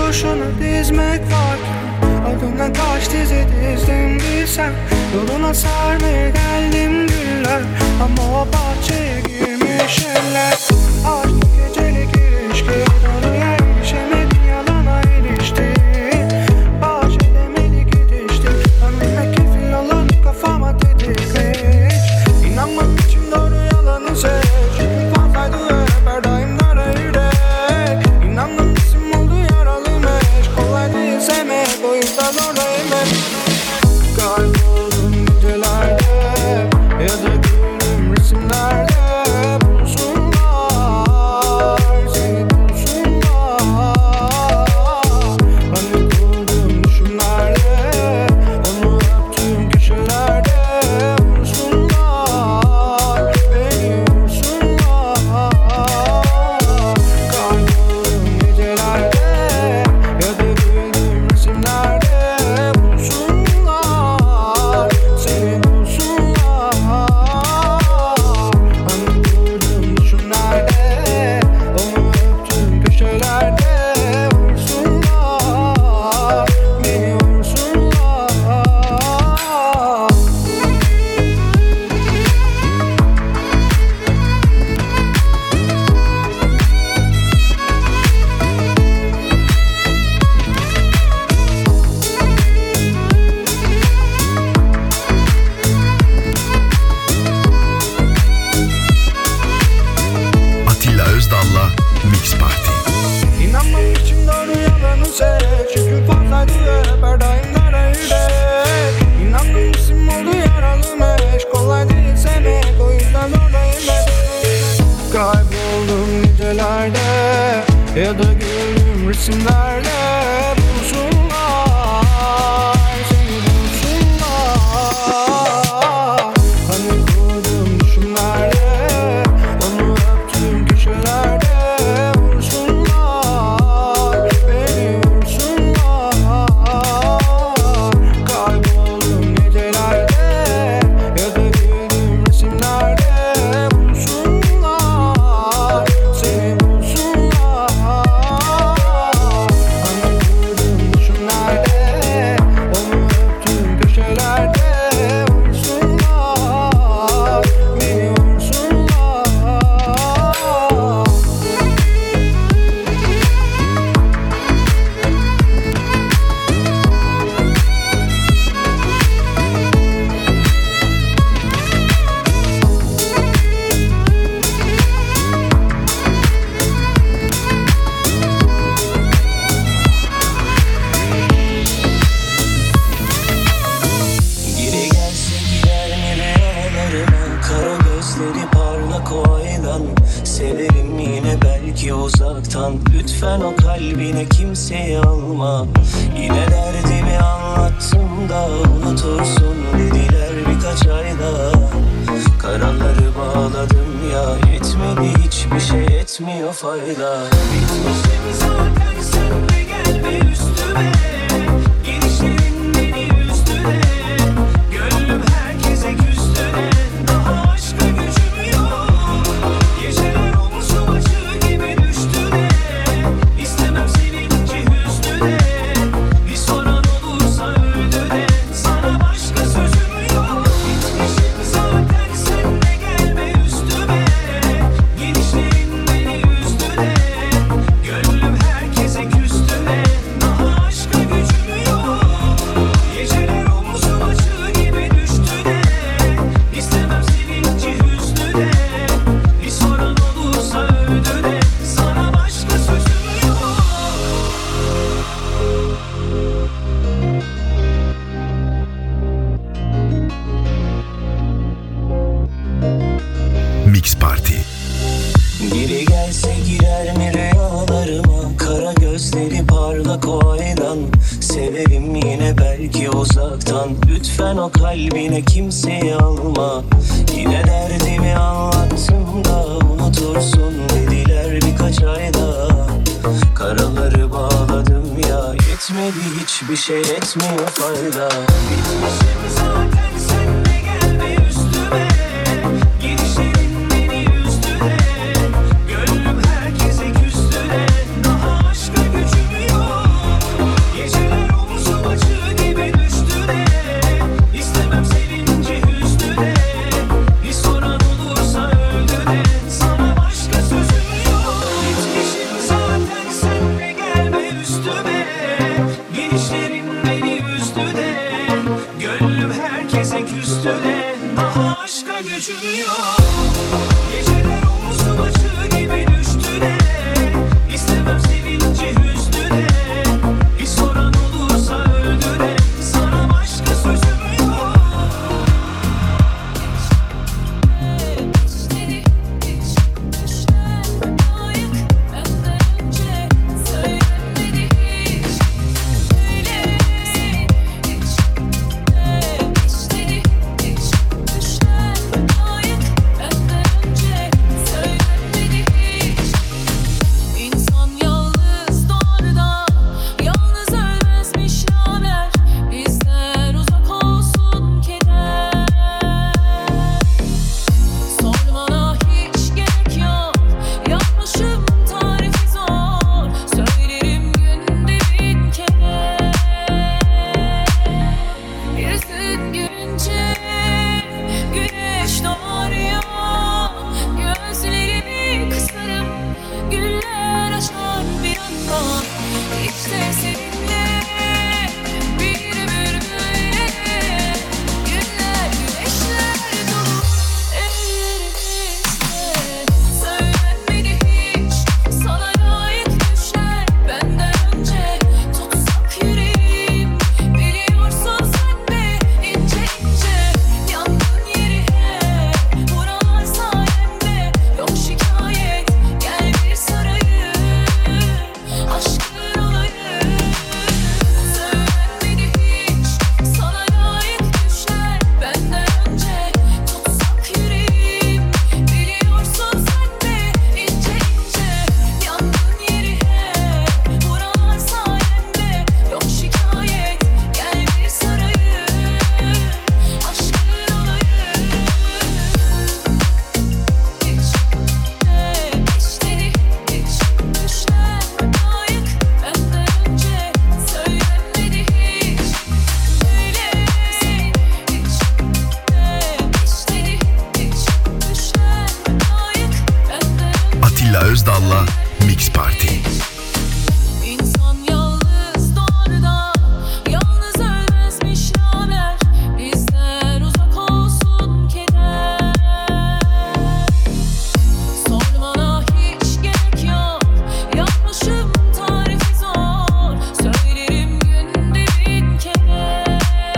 kurşunu dizmek varken ardından kaç dizi dizdim bilsem. Yoluna sarmaya geldim güller ama o bahçeye girmiş eller. Açtı gecelik ilişki onu yerleşemedi yalana ilişti. Bahçe demedik yetiştik önüme kefil alanı kafama tetikleyiş. İnanmak için doğru yalanı seç çünkü fazlaydı hep her daim dara yürek. İnandım isim oldu yaralı meş kolay değil sevmek o yüzden oradayım hep. Kayboldum gecelerde ya da gülüm resimlerde. Bulsunlar seni bulsunlar. Hani kurdum düşümlerde onu öptüğüm köşelerde. Vursunlar beni vursunlar. Kayboldum gecelerde ya da güldüm resimlerde. Bulsunlar seni bulsunlar. Hani kurdum düşümlerde onu öptüğüm köşelerde. Vursunlar beni vursunlar. Atilla Özdal'la Mix Party. İnanmam için doğru yalanı seç çünkü fazlaydı hep her daim dara yürek. İnandım isim oldu yaralı meş kolay değil sevmek o yüzden oradayım hep. Kayboldum gecelerde ya da güldüm resimlerde. Bulsunlar seni bulsunlar. Hani kurdum düşümlerde onu öptüğüm köşelerde. Vursunlar beni vursunlar. Kayboldum gecelerde ya da güldüm resimlerde. Bulsunlar seni bulsunlar. Hani kurdum düşümlerde onu öptüğüm köşelerde. Vursunlar beni vursunlar. Geri gelse gider mi rüyalarıma? Kara gözleri parlak o aydan. Severim yine belki uzaktan. Lütfen o kalbine kimseyi alma. Yine derdimi anlattım da unutursun dediler birkaç ayda. Karaları bağladım ya yetmedi hiçbir şey etmiyor fayda. Bitmişim zaten sen de gelme üstüme. Gelişlerin beni üstüne. Gönlüm herkese küstüne. Daha aşka gücüm yok. Geceler omzum acı gibi düştüne. İstemem sevinci hüznüne. Bir soran olursa öldü de. Sana başka sözüm yok. Bitmişim zaten sen de gelme üstüme. Gelişlerin beni üstüne. Gönlüm herkese küstüne. Daha aşka gücüm yok. Geceler omzum acı gibi düştüne. İstemem sevinci hüznüne. Bir soran olursa öldü de. Sana başka sözüm yok. Mix Party. Geri gelse girer mi rüyalarıma? Kara gözleri parlak o aydan. Severim yine belki uzaktan. Lütfen o kalbine kimseyi alma. Yine derdimi anlattım da unutursun dediler birkaç ayda. Karaları bağladım ya yetmedi hiçbir şey etmiyor fayda. Bitmişim zaten sen de gelme üstüme. Gelişlerin beni üstüne. Gönlüm herkese küstüne. Daha aşka gücüm yok. İşte seninle bir ömür böyle, günler güneşler dolu ellerimizde. Söylenmedi hiç sana layık düşler benden önce. Tutsak yüreğim biliyorsun sen de ince ince. Yandığın yeri hep buralar sayende. Yok şikayet gel bir sarayım, aşkın olayım. Söylenmedi hiç sana layık düşler benden önce. Tutsak yüreğim biliyorsun sen de ince ince. Yandığın yeri hep buralar sayende. Yok şikayet gel bir sarayım, aşkın olayım. Hiç düşler layık benden önce. Söylenmedi hiç öyle. Düşler layık benden önce. Atilla Özdal'la Mix Party. İnsan yalnız doğar da yalnız ölmezmiş namer. Bizden uzak olsun keder. Sormana hiç gerek yok, yapmışım tarifi zor. Söylerim günde bin kere.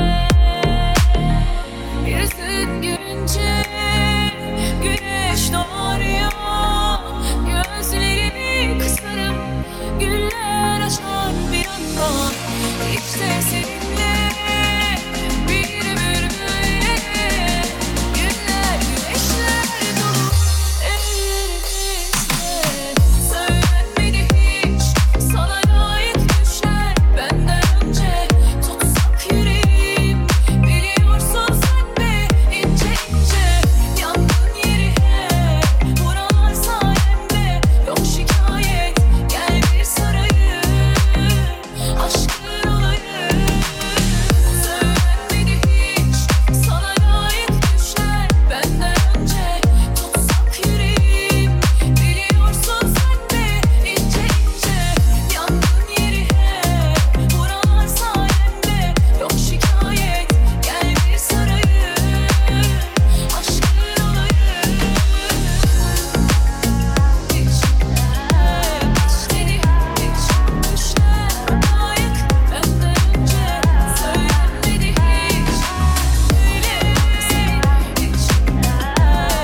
Yüzün gülünce güneş doğar ya. Gözlerimi kısarım, güller açar bir anda. İşte seninle bir ömür böyle, günler güneşler dolu ellerimizde. Söylenmedi hiç sana layık düşler benden önce. Tutsak yüreğim biliyorsun sen de ince ince. Yandığın yeri hep buralar sayende. Yok şikayet gel bir sarayım, aşkın olayım. Söylenmedi hiç sana layık düşler benden önce. Tutsak yüreğim biliyorsun sen de ince ince. Yandığın yeri hep buralar sayende. Yok şikayet gel bir sarayım, aşkın olayım. Düşler layık benden önce. Söylenmedi hiç öyle. Düşler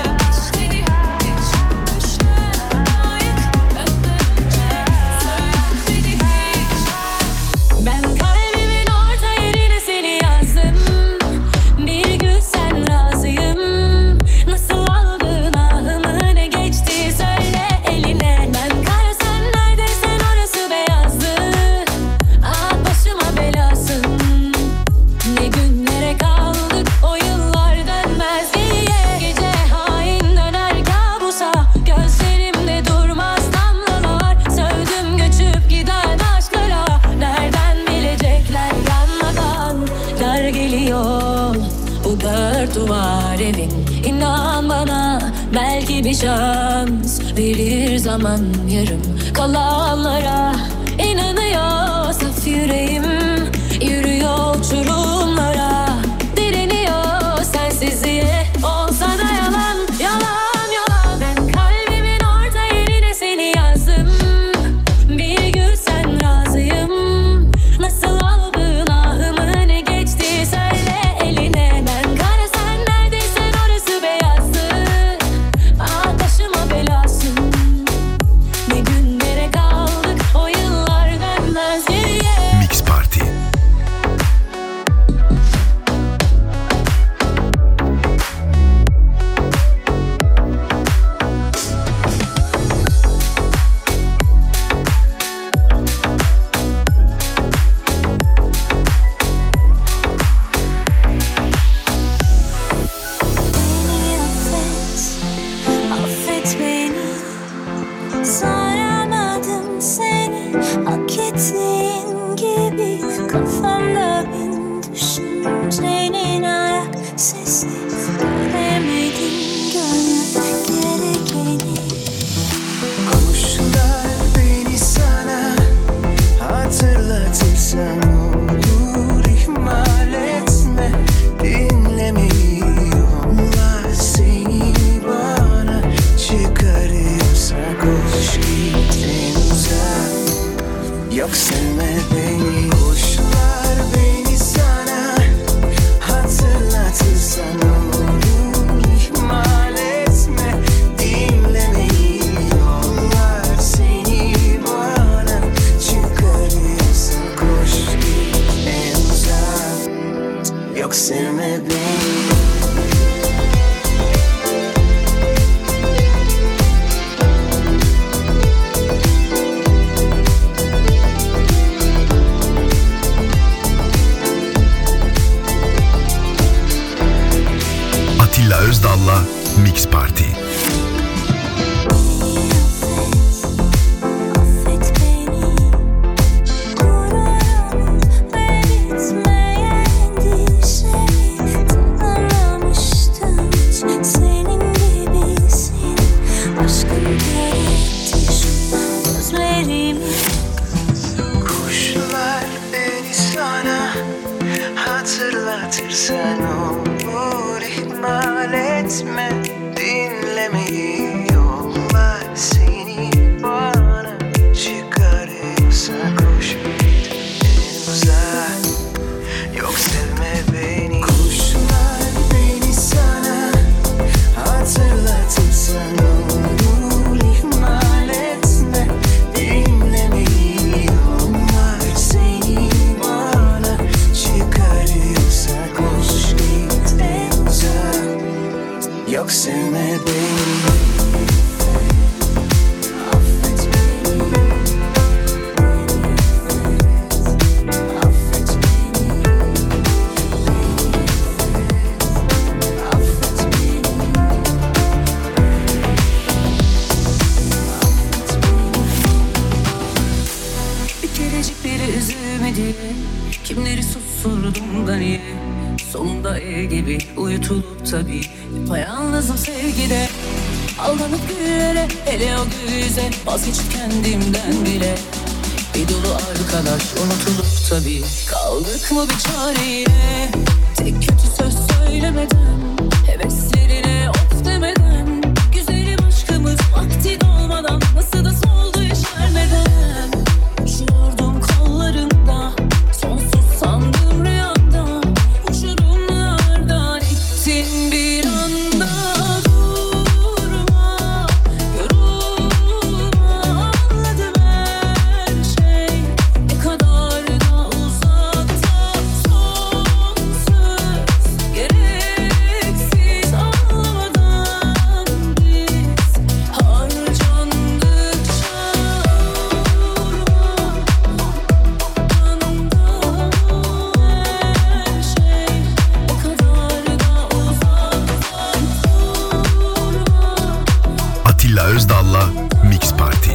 layık benden önce. Söylenmedi hiç. Ben kalbimin orta yerine seni yazdım. Bir gün sen razıyım. Nasıl aldın ahımı, ne geçti söyle eline. Ben kara sen neredeysen orası beyazdı. Ah başıma belasın. Ne günlere kaldık, o yıllar dönmez diye. Gece hain döner kabusa, gözlerimde durmaz damlalar. Sövdüm göçüp giden aşklara, nereden bilecekler yanmadan. Dar geliyor bu dört duvar evin. İnan bana belki bir şans verir zaman yarım kalanlara. İnanıyor saf yüreğim, yürüyor uçurumlara. Direniyor sensizliğe, olsa da yalan, yalan, yalan. Ben kalbimin orta yerine seni yazdım. Bir gün sen razıyım. Nasıl aldın ahımı, ne geçti söyle eline. Ben kara sen neredeysen orası beyazdı. Ah başıma belasın. Ne günlere kaldık, o yıllar dönmez geriye. Mix Party. koş git en uzağa. Yok sevme beni. Kuşlar beni sana hatırlatırsan olur. İhmal etme, dinlemeyi. Yollar seni bana çıkarırsa koş git en uzağa. Yok sevme beni. Atilla Özdal'la Mix Party. Kuşlar beni sana hatırlatırsan olur. İhmal etme, dinlemeyi. Yollar seni bana çıkarırsa koş git en uzağa. Yok sevme beni. Kuşlar beni sana hatırlatırsan olur. İhmal etme, dinlemeyi. Yollar seni bana çıkarırsa koş git en uzağa. Yok sevme beni. Affet beni. Affet beni. Affet beni. Bir kerecik biri üzülmedi. Kimleri susturdum da niye? Sonunda gibi uyutulup tabii. Yapayalnızım sevgide. Aldanıp güllere, hele o güze. Vazgeçip kendimden bile. Bir dolu arkadaş unutulup tabii. Kaldık mı bir çareye? Tek kötü söz söylemeden, heveslerine of demeden. Güzelim aşkımız vakti dolmadan, nasıl da soldu yeşermeden. Uçuyordum kollarında, sonsuz sandım rüyamda. Uçurumlardan ittin bir anda. Durma, yorulma, anladım her şey. Ne kadar da uzakta, sonsuz, gereksiz anlamadan biz harcandıkça. Her şey ne kadar da uzakta. Atilla Özdal'la Mix Party.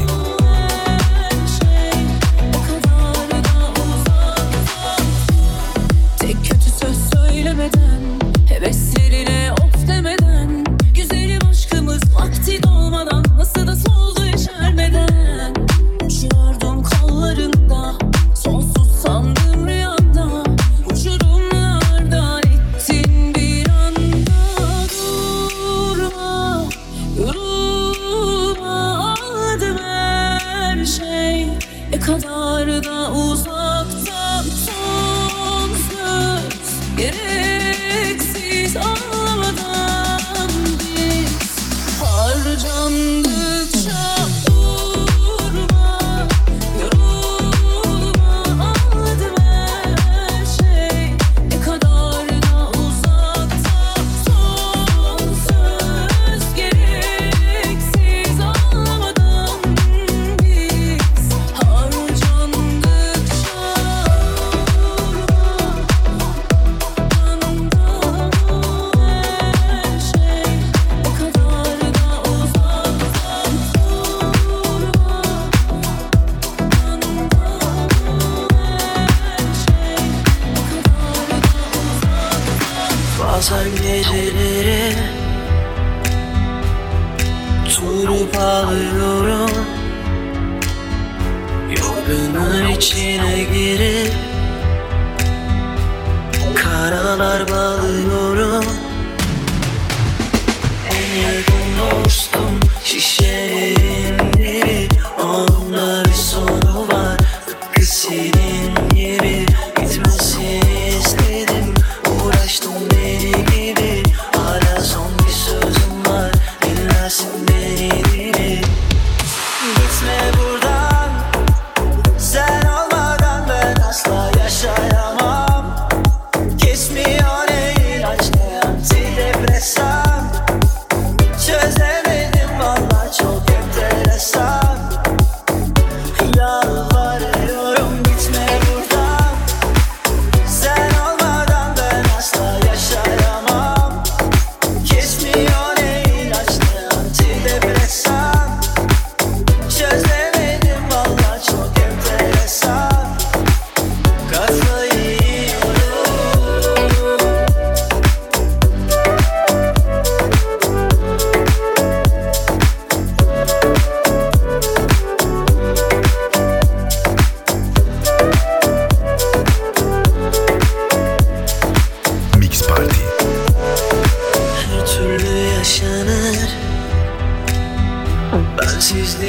Tek kötü söz söylemeden, heveslerine of demeden. Güzelim aşkımız vakti dolmadan, nasıl da soldu yeşermeden. Uçuyordum kollarında, sonsuz sandım rüyamda. Uçurumlardan ittin bir anda. Durma, yorulma, anladım her şey. Ne kadar da uzaktan, sonsuz, gereksiz anlamadan biz harcandıkça. Durma, yorulma, anladım her şey. Ne kadar da uzakta, sonsuz, gereksiz anlamadan biz harcandıkça. Bazen geceleri durup ağlıyorum. Yorgunluğun içine girip karalar bağlıyorum. En yakın dostum şişelerimde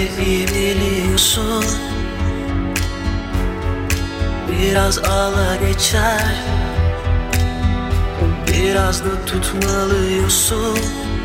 sevmeyi biliyorsun. Biraz ağla geçer, biraz da tutmalıyorsun.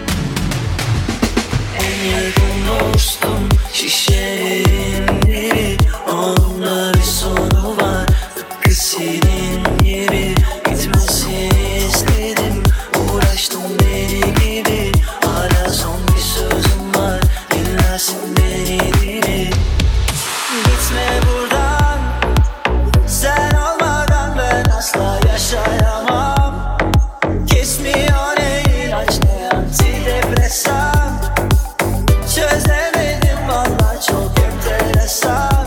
En yakın dostum şişelerin biri, onda bir sonu var. Tıpkı senin gibi gitmesini istedim. Uğraştım deli gibi, hala son bir sözüm var. Dinlersin beni deli. Gitme buradan, sen olmadan ben asla yaşayamam. Kesmiyor ne ilaç ne antidepresan. Çözemedim valla, çok enteresan.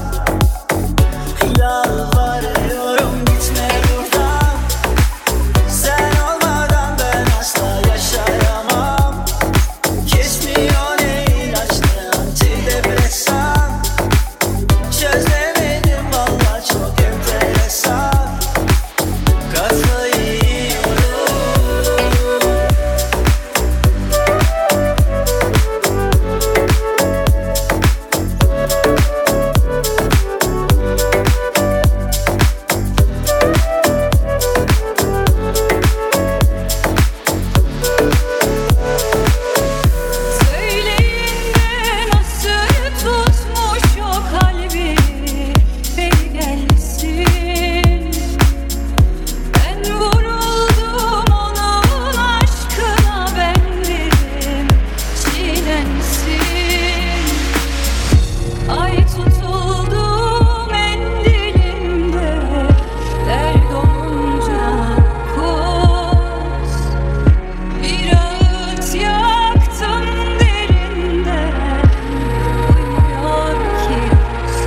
Yalvarıyorum gitme buradan, sen olmadan ben asla yaşayamam. Kesmiyor ne ilaç ne antidepresan. Çözemedim valla, çok enteresan. Kafayı yiyorum. Söyleyin de nasıl tutmuş o kalbi, beni gelsin. Ben vuruldum onun aşkına, bendim çiğnensin. Ay tutuldu mendilimde, dert olunca koz. Bir ağıt yaktım derinde, uyumuyor ki göz.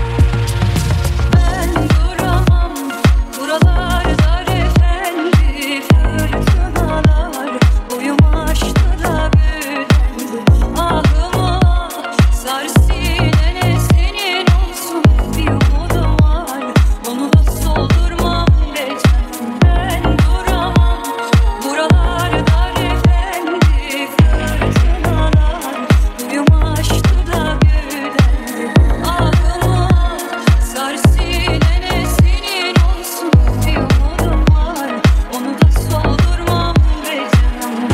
Ben duramam buralarda efendi, fırtınalar boyumu aştı da büyüdü. Ağıma sar sinene, senin olsun bir umudum var, onu da soldurmam be canım. Ben duramam buralarda efendi, fırtınalar boyumu aştı da büyüdü. Ağıma sar sinene, senin olsun bir umudum var, onu da soldurmam be canım.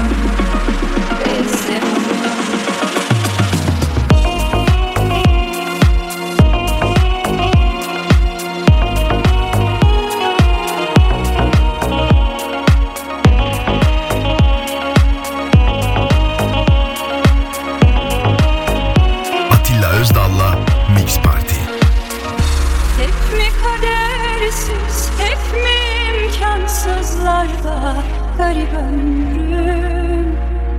Bezdim. Atilla Özdal'la Mix Party. Hep mi kadersiz, hep mi imkansızlarda garip ömrüm?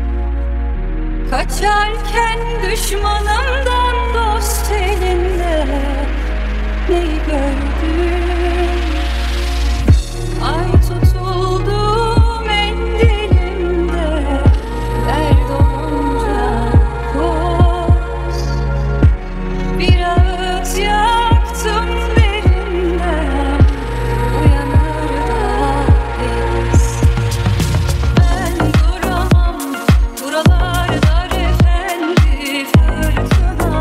Kaçarken düşmanımdan dost elinde neyi gördüm? Ay tutuldu mendilimde, dert olunca koz. Bir ağıt yaktım derinde, uyanır da biz. Ben duramam buralarda efendi, fırtına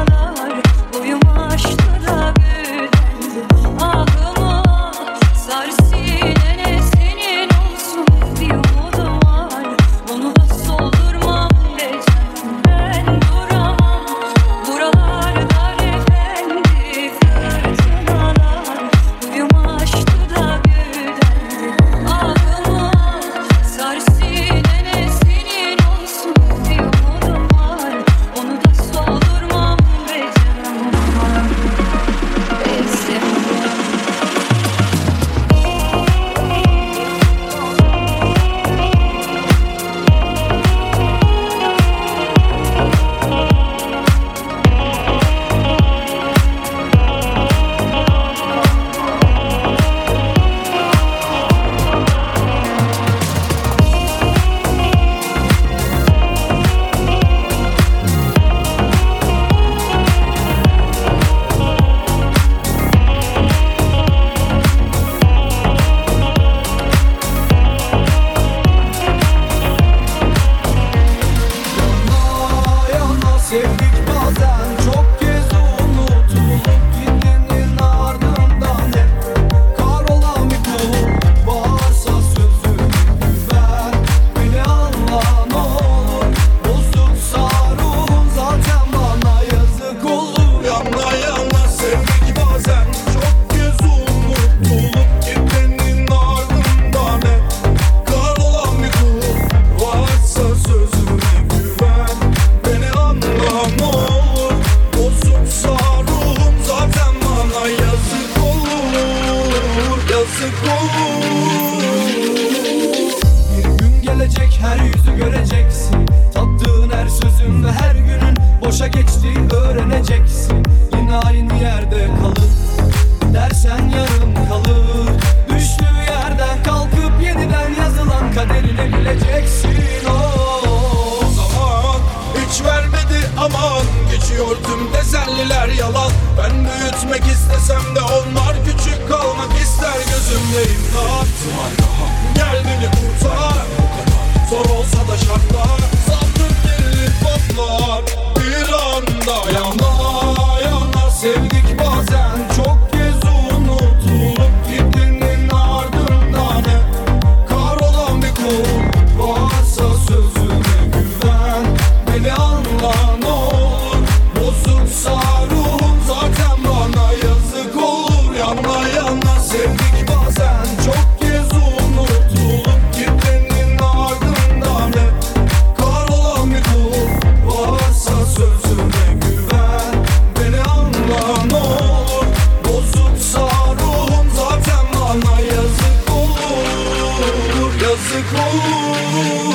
yazık olur. Bir gün gelecek her yüzü göreceksin. Tattığın her sözün ve her günün boşa geçtiği öğreneceksin. Yine aynı yerde kalıp dersen yarım kalır. Düştüğü yerden kalkıp yeniden yazılan kaderini bileceksin. O zaman hiç vermedi aman. Geçiyor tüm teselliler yalan. Ben büyütmek istesem de onlar küçük kalmak ister gözümde imdat. Gel beni kurtar. Zor olsa da şartlar sabrım gelir patlar. Bir anda yana yana sevdik bazen. Çok kez unutulup gittiğinin ardından hep kahrolan bir kul. Varsa sözüme güven, beni anla ne olur. Bozuksa ruhum zaten bana yazık olur. Yana yana sevdik bazen. Çok kez unutulup gittiğinin ardından hep kahrolan bir kul. Varsa sözüme güven, beni anla ne olur. Bozuksa ruhum zaten bana yazık olur. Yazık olur.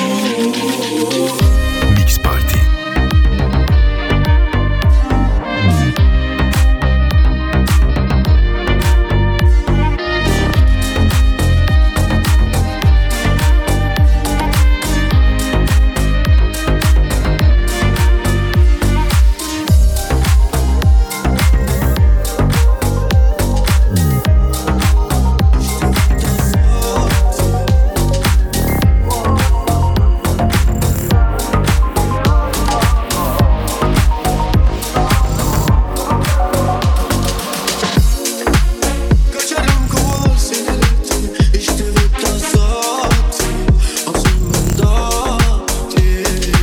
Mix Party. Kaçarım kovalar senelerdir. İşte bu da saatim. Aklımda değil.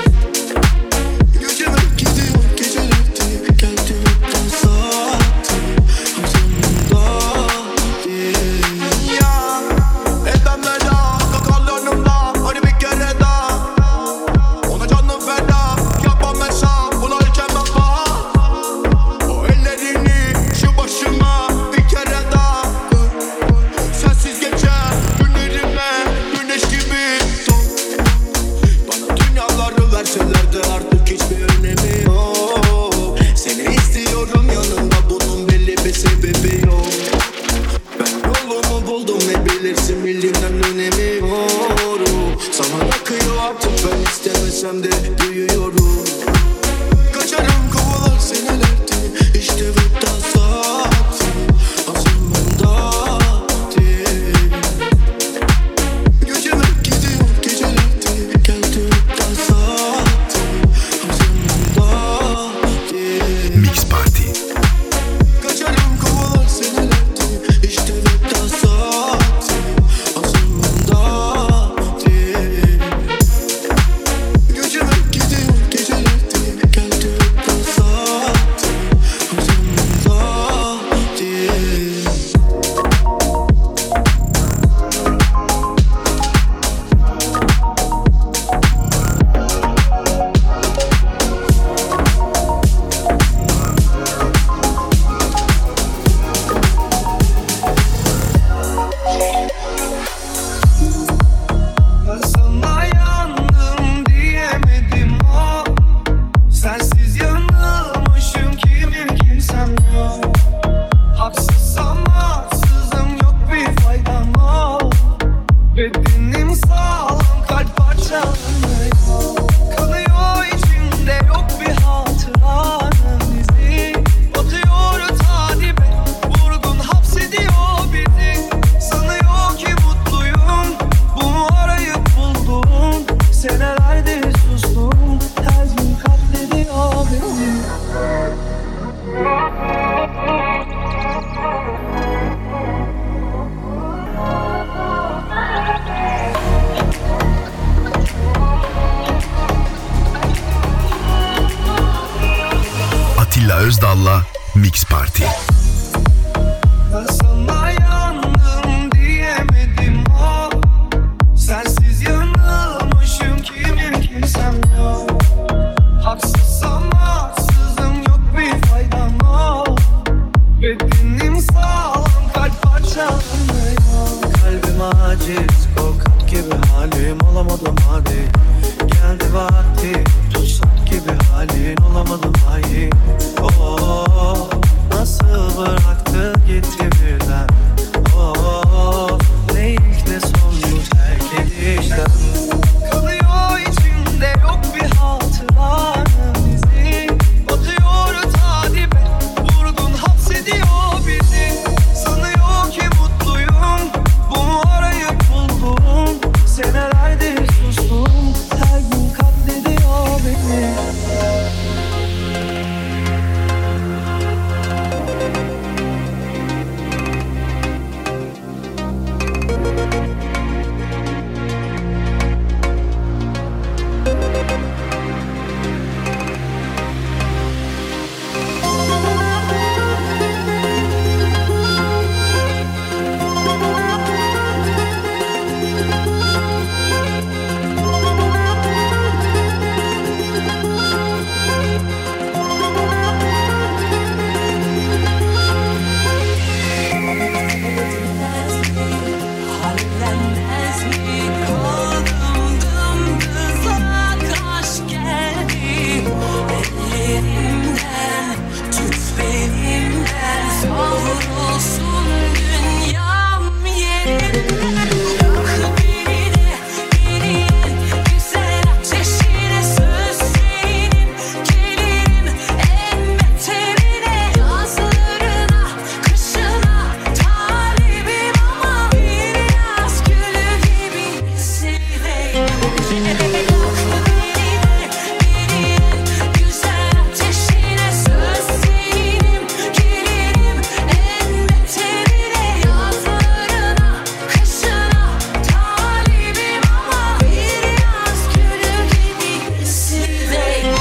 Göçerek gidiyor gecelerdir. Geldi bu da saatim. Aklımda değil. Ya edem veda kakarlarımla. Hani bir kere daha ona canım feda. Yapmam hesap buna ülkemem var. O ellerini şu başıma bir kere daha koy. Sensiz geçer günlerime güneş gibi don. Bana dünyaları verseler de artık hiçbir önemi yok. Seni istiyorum yanımda, bunun belli bir sebebi yok. Ben yolumu buldum ve bilirsin bildiğinden önemi yok. Sana akıyor artık, ben istemesem de büyüyorum. Kaçarım kovalar senelerdir. İşte bu da saatim. Aslında değil. Göçerek gidiyor gecelerdir. Geldi bu da saatim. Aslında değil. Mix Party. Kaçarım kovalar senelerdir. İşte bu da saatim. Aslında değil. Göçerek gidiyor gecelerdir. Geldi bu da saatim. Aslında değil. Ben sana yandım diyemedim o. Sensiz yanılmışım, kimin kimsem yok. Haksızsam haksızım, yok bir faydam o. Bedenim sağlam, kalp parçalanıyor. Kanıyor içimde, yok bir hatıranın izi. Batıyor talibe, vurgun hapsediyor bizi. Sanıyor ki mutluyum, bunu arayıp buldum. Senelerdir sustum, her gün katlediyor beni. Atilla Özdal'la Mix Party. Ben sana yandım diyemedim o. Sensiz yanılmışım, kimin kimsem yok. Haksızsam haksızım, yok bir faydam o. Bedenim sağlam, kalp parçalanıyor. aciz, korkak gibi halim, olamadım hadi. Geldi vakti, tutsak gibi halin, olamadım hayır. Oh, nasıl bıraktı gitti birden. Oh, ne ilk ne son bu terk edişten. Kalıyor içimde yok bir hatıranın izi. Batıyor tadibe, vurgun hapsediyor bizi. Sanıyor ki mutluyum, bunu arayıp buldum. Senelerdir sustum, her gün katlediyor beni. Hallenmez mi kaldım dımdızak aşk geldi ellerimden, tut benimden, savrulsun dünyam yerimden. Yak beni de beni yen, güzel ateşine söz senin, gelirim en beterine, yazlarına kışına talibim ama bir yaz gülü gibi seveyim. Yak beni de beni yen, güzel ateşine söz senin, gelirim en beterine, yazlarına kışına talibim ama bir yaz gülü gibi seveyim.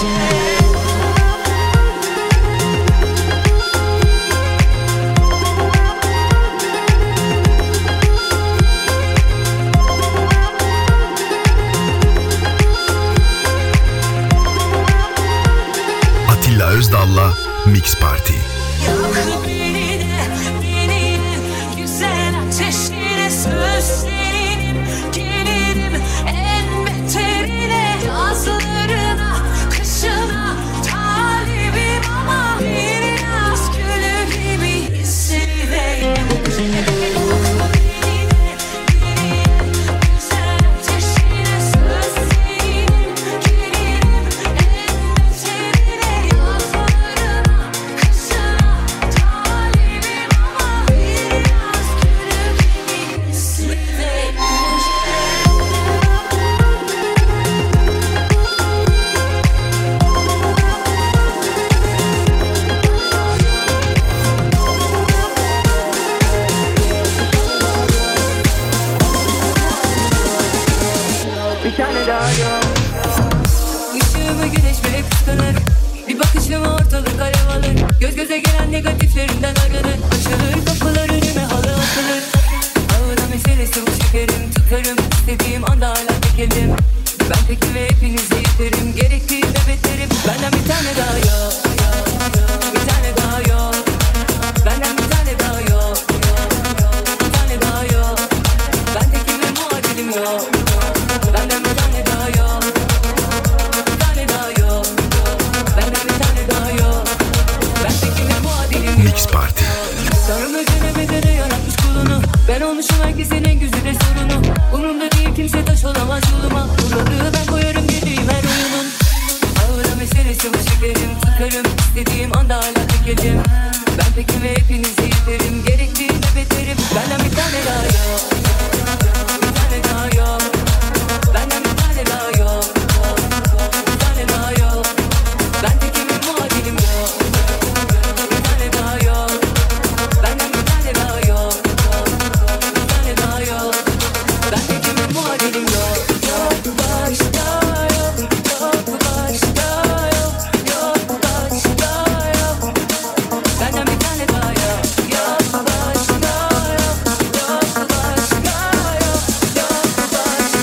Atilla Özdal'la Mix Party. Yak beni de beni yen, güzel ateşine söz senin, gelirim en beterine, yazlarına kışına talibim ama bir yaz gülü gibi seveyim. Yak beni de beni yen, güzel ateşine söz senin, gelirim en beterine, yazlarına kışına talibim ama bir yaz gülü gibi seveyim. Bir tane daha yok. Işığımı güneş bile kıskanır, bir bakışımı ortalık alev alır. Göz göze gelen negatiflerinden arınır, açılır kapılar önüme, halı atılır. Ağına meselesi bu, şekerim tutarım, istediğim anda hala tekelim. Ben peki ve hepinize yeterim, gerektiğinde beterim. Benden bir tane daha yok, bir tane daha yok. Benden bir tane daha yok, bir tane daha yok. Bendeki bir muadilim yok. Benden bir tane daha yok, bir tane daha yok. Benden bir tane daha yok. Bendeki bir muadilim yok. Mix Party. Tanrım öcene bedene yaratmış kulunu. Ben olmuşum herkesin en güzide sorunu. Umurumda değil kimse taş olamaz yoluma. Buralığı ben koyarım dediğim her oyunun. Ağıra meselesi bu, şekerim tutarım, istediğim anda hala tekelim. Ben peki ve hepinize yeterim, gerektiğinde beterim. Benden bir tane daha yok, bir tane daha yok. Benden bir tane daha yok, bir tane daha yok. Bendeki bir muadilim yok. Bir tane daha yok. Benden bir tane daha yok, bir tane daha yok. Bendeki bir muadilim yok. Yok başka yok, yok başka yok, yok başka yok. Benden bir tane daha yok, yok başka yok, yok başka yok, yok başka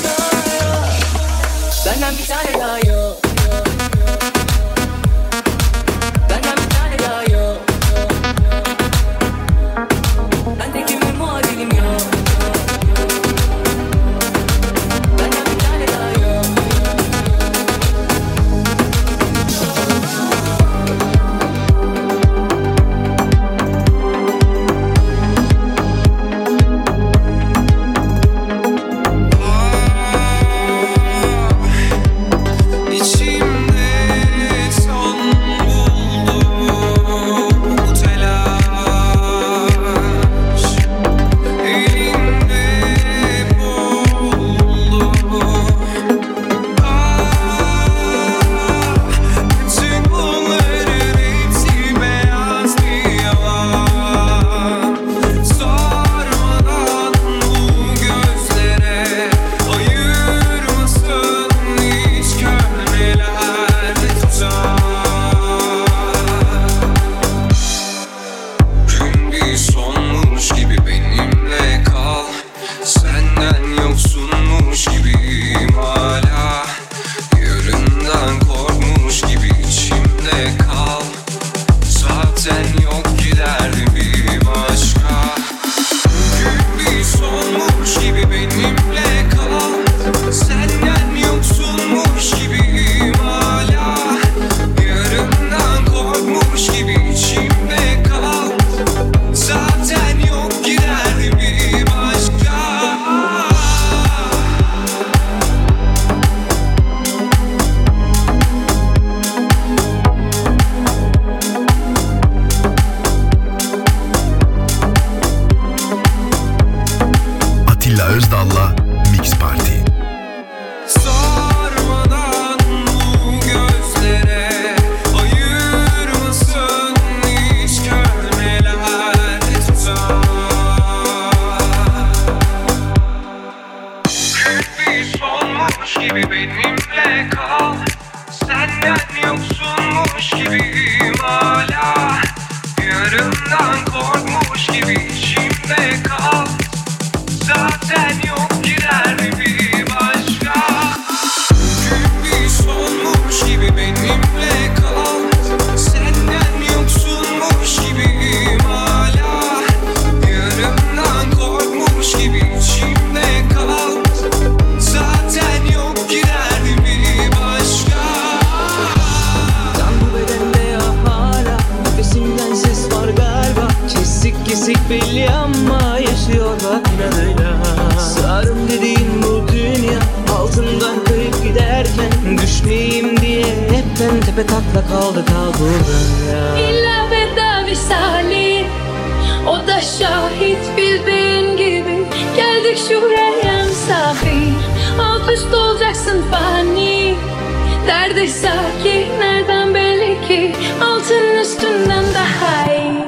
kesik belli ama yaşıyor bak inadıyla. Sığarım dediğin bu dünya altından kayıp giderken düşmeyeyim diye hepten tepe takla kaldı kal burada ya. İlla veda visali, o da şahit bildiğin gibi. Geldik şuraya misafir, alt üst olacaksın fani. Derdi sakin nereden belli ki altın üstünden daha iyi.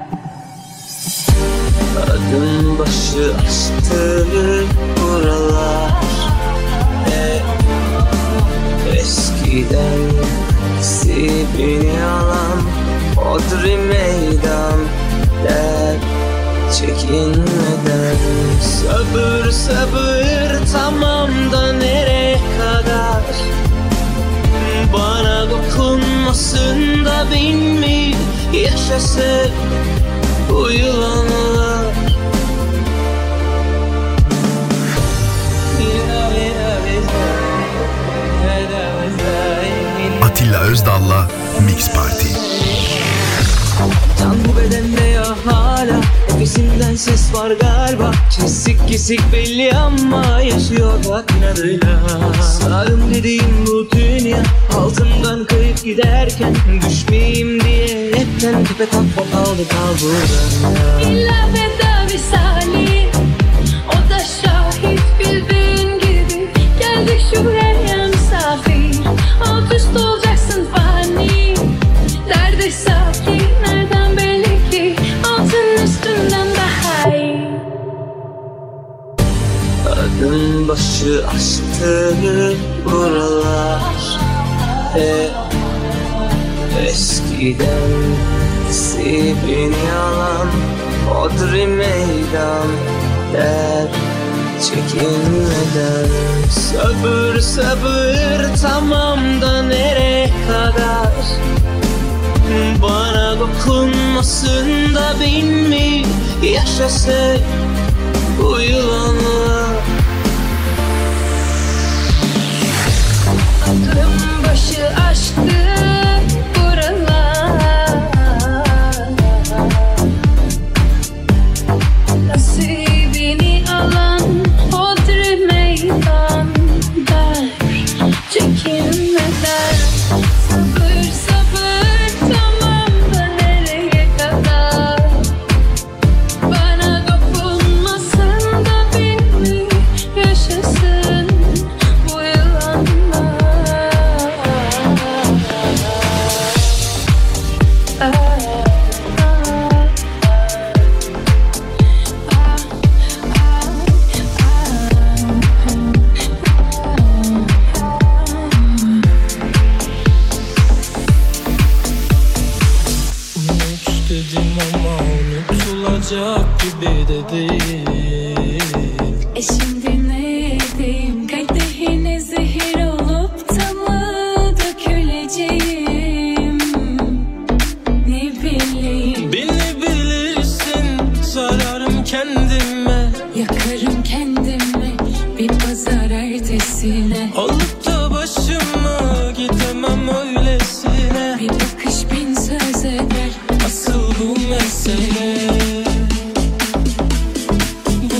Adım başı açtı buralar eskiden beni alan Odri meydan der çekinmeden. Sabır sabır tamam da nereye kadar? Bana dokunmasın da bin mi yaşasın bu yılanlar? Atilla Özdal'la Mix Party. Can bu bedende ya hala, nefesimden ses var galiba. Kesik kesik belli ama yaşıyor bak inadıyla. Sağım dediğim bu dünya altından kayıp giderken düşmeyeyim diye hepten tepe takla kaldı kal burada. İlla veda visali, o da şahit bildiğin gibi. Geldik şuraya misafir, alt üst olacaksın fani. Derdi sakin nereden belli ki altın üstünden daha iyi. Adım başı açtı buralar eskiden beni alan Odri meydan der çekinmeden. Sabır sabır tamam da nereye kadar? Bana dokunmasın da bin mi yaşasın bu yılanlar? Aklım başı aşktı buralar, nasibini alan Odri meydan der çekinmeden. Sabır sabır tamam da nereye kadar? Bana dokunmasın da bin mi yaşasın bu yılanlar? Unut dedim ama unutulacak gibi de değil. Şimdi ne edeyim? Kadehine zehir olup da mı döküleceğim? Ne bileyim, Beni bilirsin, sararım kendime. yakarım kendimi bir pazar ertesine. Alıp da başımı gidemem öylesine. Bir bakış bin söz eder. Asıl bu mesele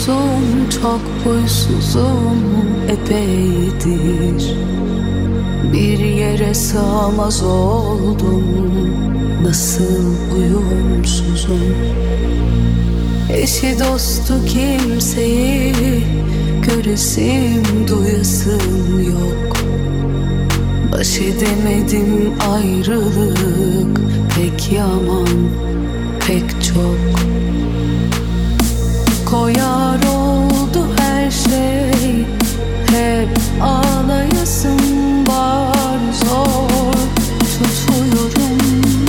huysuzum, çok huysuzum epeydir. Bir yere sığamaz oldum, nasıl uyumsuzum. Eşi dostu kimseyi göresim duyasım yok. Baş edemedim ayrılık, pek yaman pek çok. Koyar oldu her şey, hep ağlayasım var, zor tutuyorum.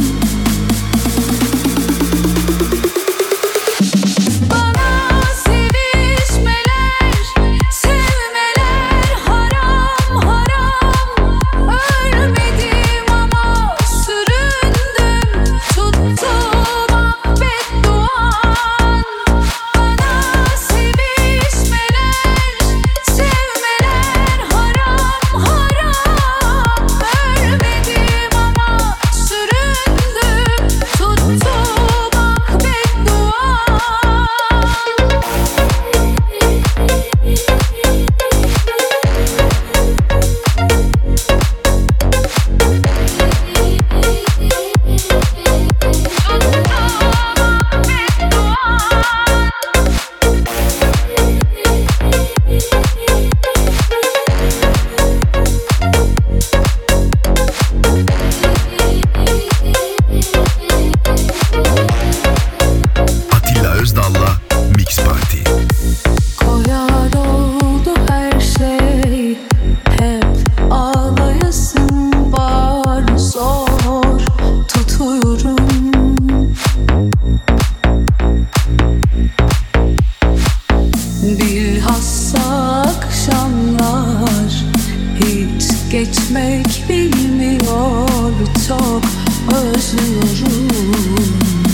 Bana sevişmeler, sevmeler haram haram. Ölmedim ama süründüm, tuttum ah bedduan. Bana sevişmeler, sevmeler haram haram. Ölmedim ama süründüm, tuttum ah bedduan. Atilla Özdal'la Mix Party. Koyar oldu her şey, hep ağlayasım var, zor tutuyorum. Bilhassa akşamlar hiç geçmek bilmiyor, çok özlüyorum.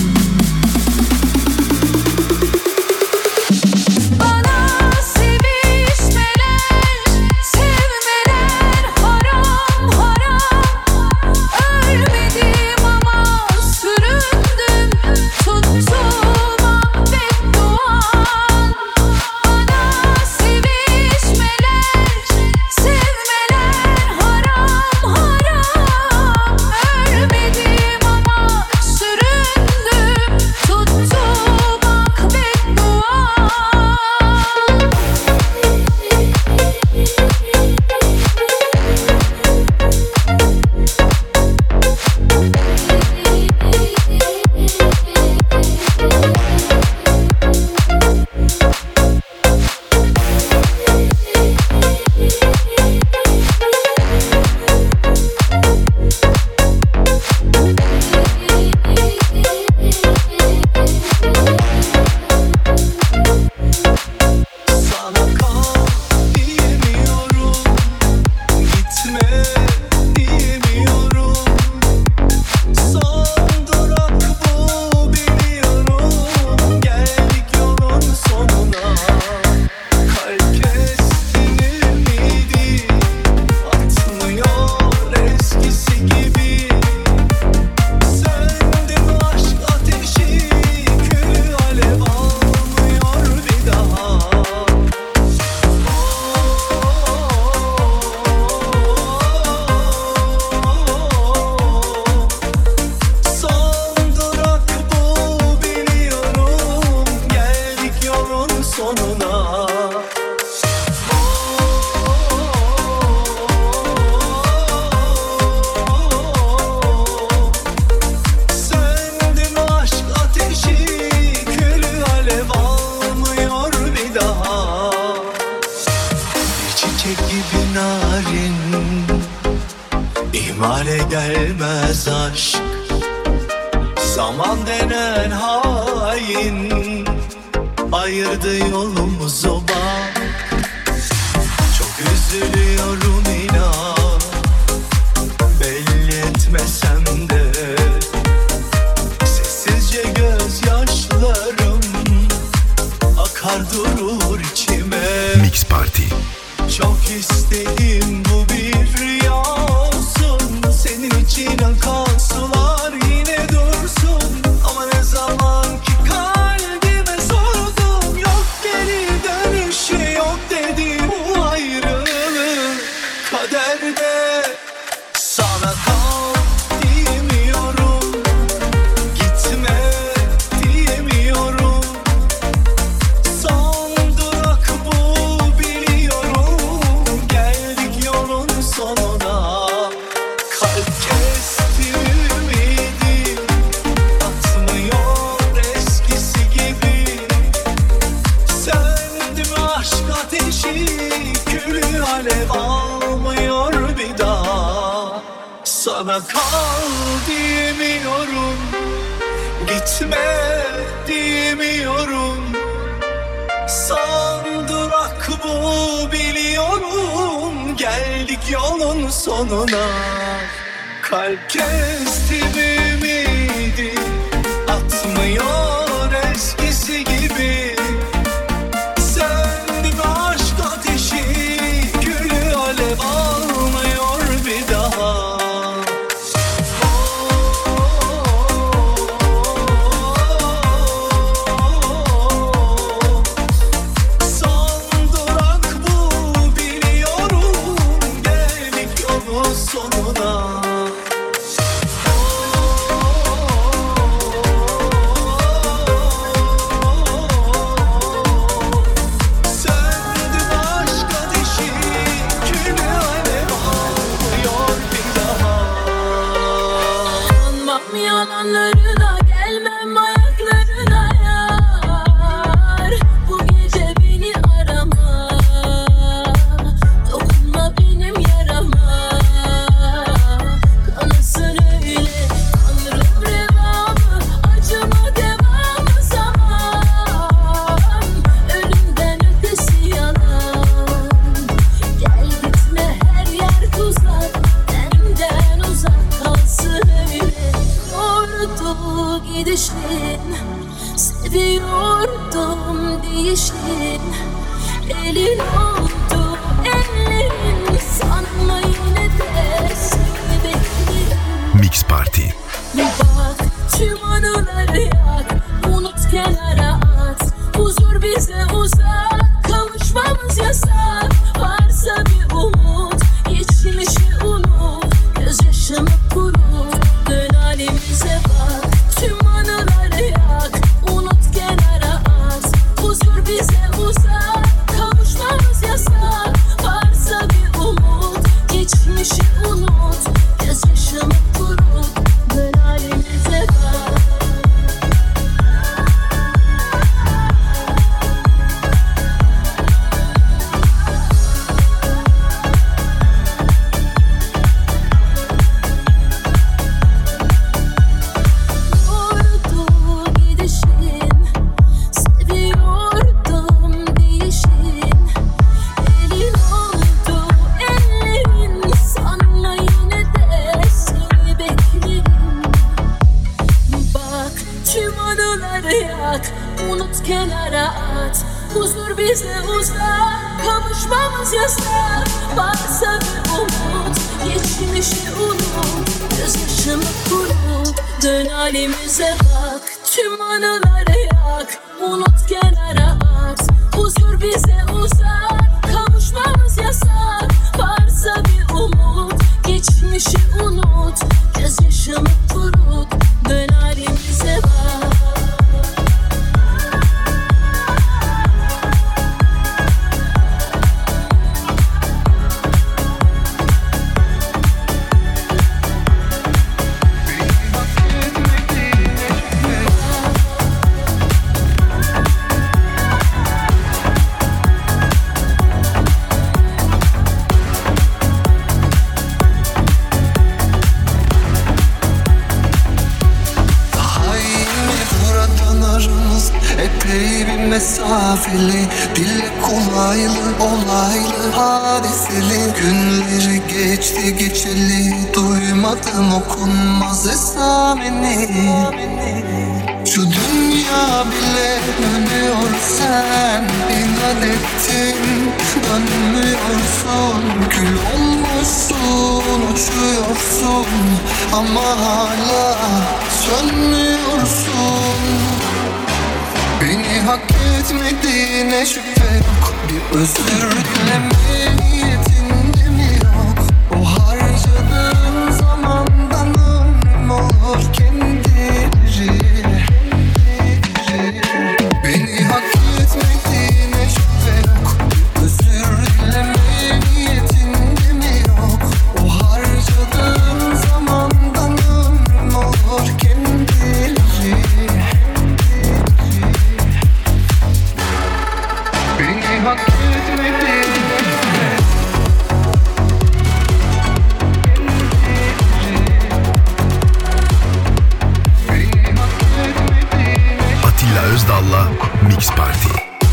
Bana sevişmeler, sevmeler haram haram. Ölmedim ama süründüm, tuttum ah bedduan. Bana sevişmeler, sevmeler haram haram. Ölmedim ama süründüm, tuttum ah bedduan. Sana kal diyemiyorum, gitme diyemiyorum. Son durak bu biliyorum, geldik yolun sonuna. Kalp kestin ümidi, atmıyor eskisi gibi. Söndü mü aşk ateşi, külü alev almıyor bir daha. Son durak bu biliyorum, geldik yolun sonuna. Söndü mü aşk ateşi, külü alev almıyor bir daha. Bir çiçek gibi narin, ihmale gelmez aşk. Zaman denen hain, ayırdı yolumuzu bak. Çok üzülüyorum inan, belli etmesem de. Sessizce gözyaşlarım akar durur içime. Mix Party. Çok istedim bu bir rüya olsun, senin için akan sular yine dursun. Ama ne zaman ki kalbime sordum, yok geri Sana kal diyemiyorum, gitme diyemiyorum. Son durak bu biliyorum, geldik yolun sonuna. Kalp kesti ümidi, atmıyor eskisi gibi. Söndü aşk ateşi, gülü alev almıyor bir daha. Son durak bu biliyorum, geldik yolun sonuna. Yalanlarına gelmem ayaklarına yar. Bu gece beni arama, dokunma benim yarama. Kanasın öyle kanırım revamı, acıma devamı zaman. Ölümden ötesi yalan. Gel gitme her yer tuzak, benden uzak kalsın öyle. Yordu gidişin, seviyordum değişin. Elin oldu ellerin, sanma yine de seni beklerim. Mix Party. Bak tüm anıları yak, unut kenara at. Huzur bize uzak, kavuşmamız yasak. Varsa bir umut, geçmişi unut. Gözyaşımı kurut, dön halimize bak. Tüm anıları yak, unut kenara at. Huzur bize uzak, kavuşmamız yasak. Varsa bir umut, geçmişi unut. Gözyaşımı kurut, dön halimize bak. Yordu gidişin, seviyordum değişin. Elin oldu ellerin, sanma yine de seni beklerim. Bak tüm anıları yak, unut kenara at. Huzur bize uzak, kavuşmamız yasak. Varsa bir umut, geçmişi unut. Gözyaşımı kurut, dön halimize bak. Tüm anıları yak, unut kenara at. Huzur bize uzak, kavuşmamız yasak. Varsa bir umut, geçmişi unut. Gözyaşımı kurut, dön halimize bak. Epey bir mesafeli, dille kolaylı, olaylı, hadiseli. Günleri geçti geçeli, duymadım okunmaz esameni. Şu dünya bile dönüyor, sen inat ettin, dönmüyorsun. Gül olmuşsun, uçuyorsun ama hala sönmüyorsun. Beni hak etmediğine şüphe yok, bir özür dileme niyetinde mi yok? O harcadığın zamandan ömrüm olur kendileri. Beni hak etmediğine şüphe yok, bir özür dileme niyetinde mi yok? O harcadığın zamandan ömrüm olur kendileri. Beni hak etmedin. Mix Party.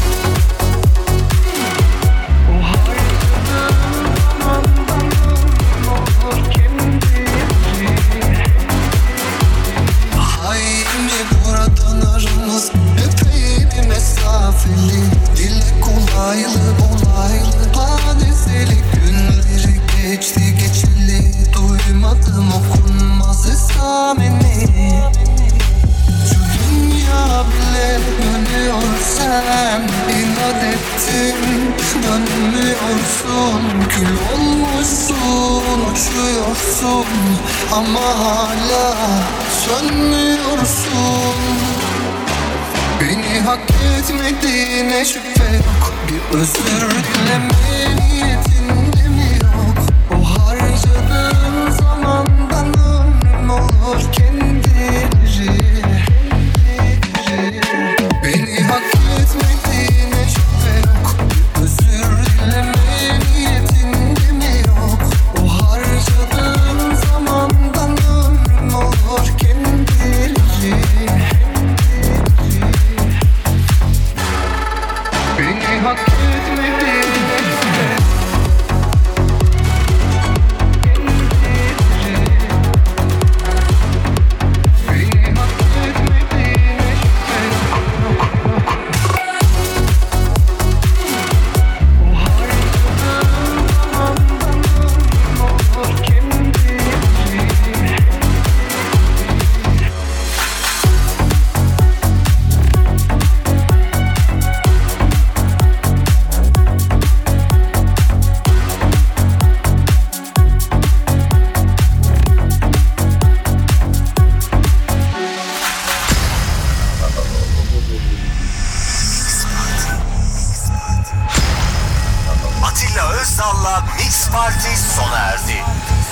Haymi buradan aramız epey bir mesafeli. Dile kolaylı olaylı hadiseli günleri geçti geçeli. Duymadım okunmaz esameni. Şu dünya bile dönüyorsam inat ettim dönmüyorsun. Kül olmuşsun uçuyorsun ama hala sönmüyorsun. Beni hak etmediğine şüphe yok. Bir özür dileme niyetinde mi yok? O harcadığın zamandan ömrüm olur kendileri. Beni hak etmediğine şüphe yok. Bir özür dileme niyetinde mi yok? O harcadığın zamandan ömrüm olur kendileri. Beni hak etmediğine şüphe yok. Beni hak etmediğine şüphe yok. O harcadığın zamandan ömrüm olur kendileri. Atilla Özdal'la Mix Party sona erdi.